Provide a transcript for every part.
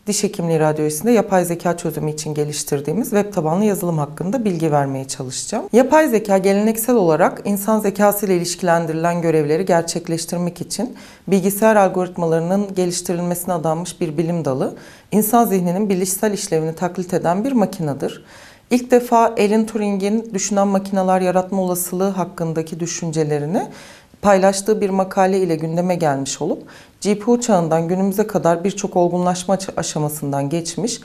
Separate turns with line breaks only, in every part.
diş hekimliği radyolojisinde yapay zeka çözümü için geliştirdiğimiz web tabanlı yazılım hakkında bilgi vermeye çalışacağım. Yapay zeka geleneksel olarak insan zekası ile ilişkilendirilen görevleri gerçekleştirmek için bilgisayar algoritmalarının geliştirilmesine adanmış bir bilim dalı, insan zihninin bilişsel işlevini taklit eden bir makinedir. İlk defa Alan Turing'in düşünen makineler yaratma olasılığı hakkındaki düşüncelerini paylaştığı bir makale ile gündeme gelmiş olup GPU çağından günümüze kadar birçok olgunlaşma aşamasından geçmiş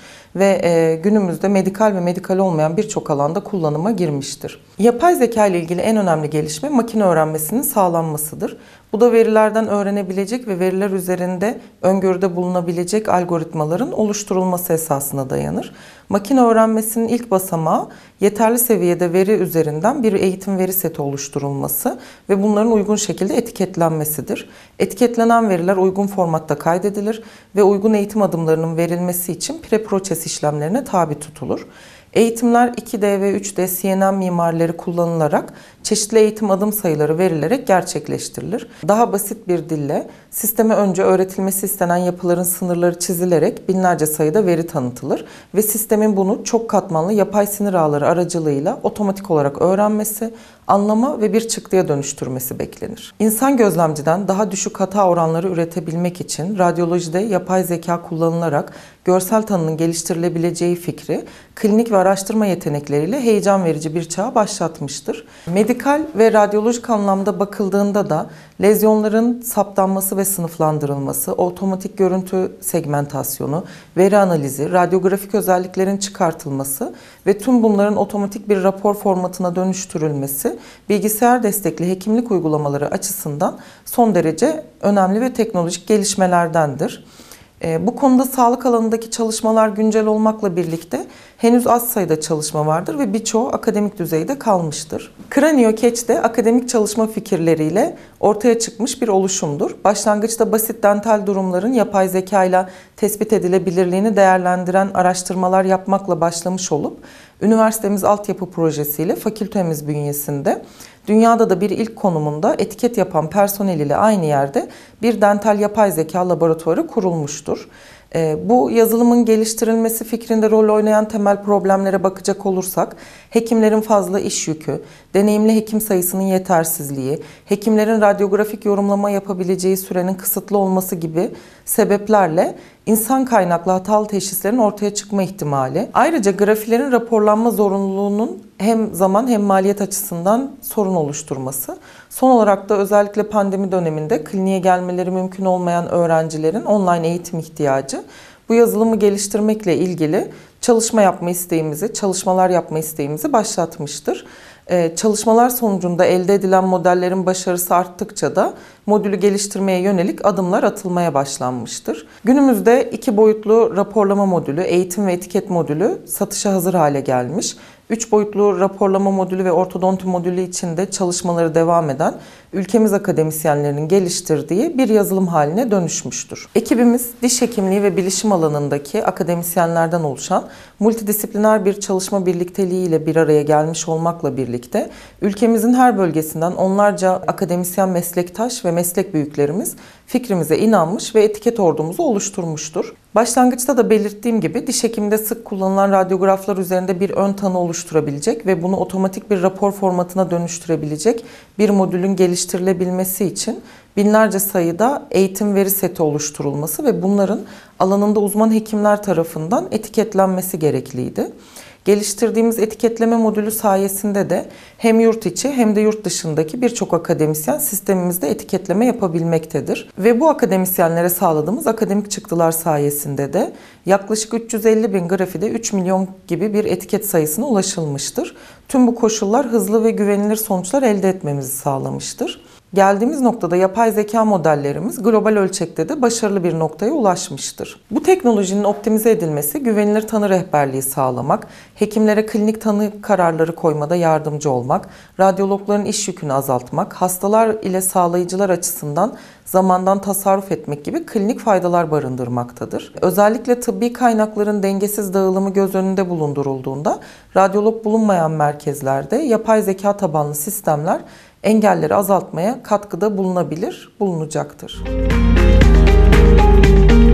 ve günümüzde medikal ve medikal olmayan birçok alanda kullanıma girmiştir. Yapay zeka ile ilgili en önemli gelişme makine öğrenmesinin sağlanmasıdır. Bu da verilerden öğrenebilecek ve veriler üzerinde öngörüde bulunabilecek algoritmaların oluşturulması esasına dayanır. Makine öğrenmesinin ilk basamağı yeterli seviyede veri üzerinden bir eğitim veri seti oluşturulması ve bunların uygun şekilde etiketlenmesidir. Etiketlenen veriler uygun formatta kaydedilir ve uygun eğitim adımlarının verilmesi için pre-process işlemlerine tabi tutulur. Eğitimler 2D ve 3D CNN mimarileri kullanılarak çeşitli eğitim adım sayıları verilerek gerçekleştirilir. Daha basit bir dille sisteme önce öğretilmesi istenen yapıların sınırları çizilerek binlerce sayıda veri tanıtılır ve sistemin bunu çok katmanlı yapay sinir ağları aracılığıyla otomatik olarak öğrenmesi, anlama ve bir çıktıya dönüştürmesi beklenir. İnsan gözlemciden daha düşük hata oranları üretebilmek için radyolojide yapay zeka kullanılarak görsel tanının geliştirilebileceği fikri klinik ve araştırma yetenekleriyle heyecan verici bir çağa başlatmıştır. Medikal ve radyolojik anlamda bakıldığında da lezyonların saptanması ve sınıflandırılması, otomatik görüntü segmentasyonu, veri analizi, radyografik özelliklerin çıkartılması ve tüm bunların otomatik bir rapor formatına dönüştürülmesi bilgisayar destekli hekimlik uygulamaları açısından son derece önemli ve teknolojik gelişmelerdendir. Bu konuda sağlık alanındaki çalışmalar güncel olmakla birlikte henüz az sayıda çalışma vardır ve birçoğu akademik düzeyde kalmıştır. CranioCatch de akademik çalışma fikirleriyle ortaya çıkmış bir oluşumdur. Başlangıçta basit dental durumların yapay zeka ile tespit edilebilirliğini değerlendiren araştırmalar yapmakla başlamış olup, üniversitemiz altyapı projesiyle fakültemiz bünyesinde dünyada da bir ilk konumunda etiket yapan personel ile aynı yerde bir dental yapay zeka laboratuvarı kurulmuştur. Bu yazılımın geliştirilmesi fikrinde rol oynayan temel problemlere bakacak olursak, hekimlerin fazla iş yükü, deneyimli hekim sayısının yetersizliği, hekimlerin radyografik yorumlama yapabileceği sürenin kısıtlı olması gibi sebeplerle insan kaynaklı hatalı teşhislerin ortaya çıkma ihtimali, ayrıca grafilerin raporlanma zorunluluğunun hem zaman hem maliyet açısından sorun oluşturması, son olarak da özellikle pandemi döneminde kliniğe gelmeleri mümkün olmayan öğrencilerin online eğitim ihtiyacı, bu yazılımı geliştirmekle ilgili çalışmalar yapma isteğimizi başlatmıştır. Çalışmalar sonucunda elde edilen modellerin başarısı arttıkça da modülü geliştirmeye yönelik adımlar atılmaya başlanmıştır. Günümüzde 2 boyutlu raporlama modülü, eğitim ve etiket modülü satışa hazır hale gelmiş. 3 boyutlu raporlama modülü ve ortodonti modülü için de çalışmaları devam eden ülkemiz akademisyenlerinin geliştirdiği bir yazılım haline dönüşmüştür. Ekibimiz diş hekimliği ve bilişim alanındaki akademisyenlerden oluşan multidisipliner bir çalışma birlikteliği ile bir araya gelmiş olmakla birlikte ülkemizin her bölgesinden onlarca akademisyen meslektaş ve meslek büyüklerimiz fikrimize inanmış ve etiket ordumuzu oluşturmuştur. Başlangıçta da belirttiğim gibi diş hekiminde sık kullanılan radyograflar üzerinde bir ön tanı oluşturabilecek ve bunu otomatik bir rapor formatına dönüştürebilecek bir modülün geliştirilebilmesi için binlerce sayıda eğitim veri seti oluşturulması ve bunların alanında uzman hekimler tarafından etiketlenmesi gerekliydi. Geliştirdiğimiz etiketleme modülü sayesinde de hem yurt içi hem de yurt dışındaki birçok akademisyen sistemimizde etiketleme yapabilmektedir. Ve bu akademisyenlere sağladığımız akademik çıktılar sayesinde de yaklaşık 350 bin grafide 3 milyon gibi bir etiket sayısına ulaşılmıştır. Tüm bu koşullar hızlı ve güvenilir sonuçlar elde etmemizi sağlamıştır. Geldiğimiz noktada yapay zeka modellerimiz global ölçekte de başarılı bir noktaya ulaşmıştır. Bu teknolojinin optimize edilmesi, güvenilir tanı rehberliği sağlamak, hekimlere klinik tanı kararları koymada yardımcı olmak, radyologların iş yükünü azaltmak, hastalar ile sağlayıcılar açısından zamandan tasarruf etmek gibi klinik faydalar barındırmaktadır. Özellikle tıbbi kaynakların dengesiz dağılımı göz önünde bulundurulduğunda, radyolog bulunmayan merkezlerde yapay zeka tabanlı sistemler engelleri azaltmaya katkıda bulunacaktır.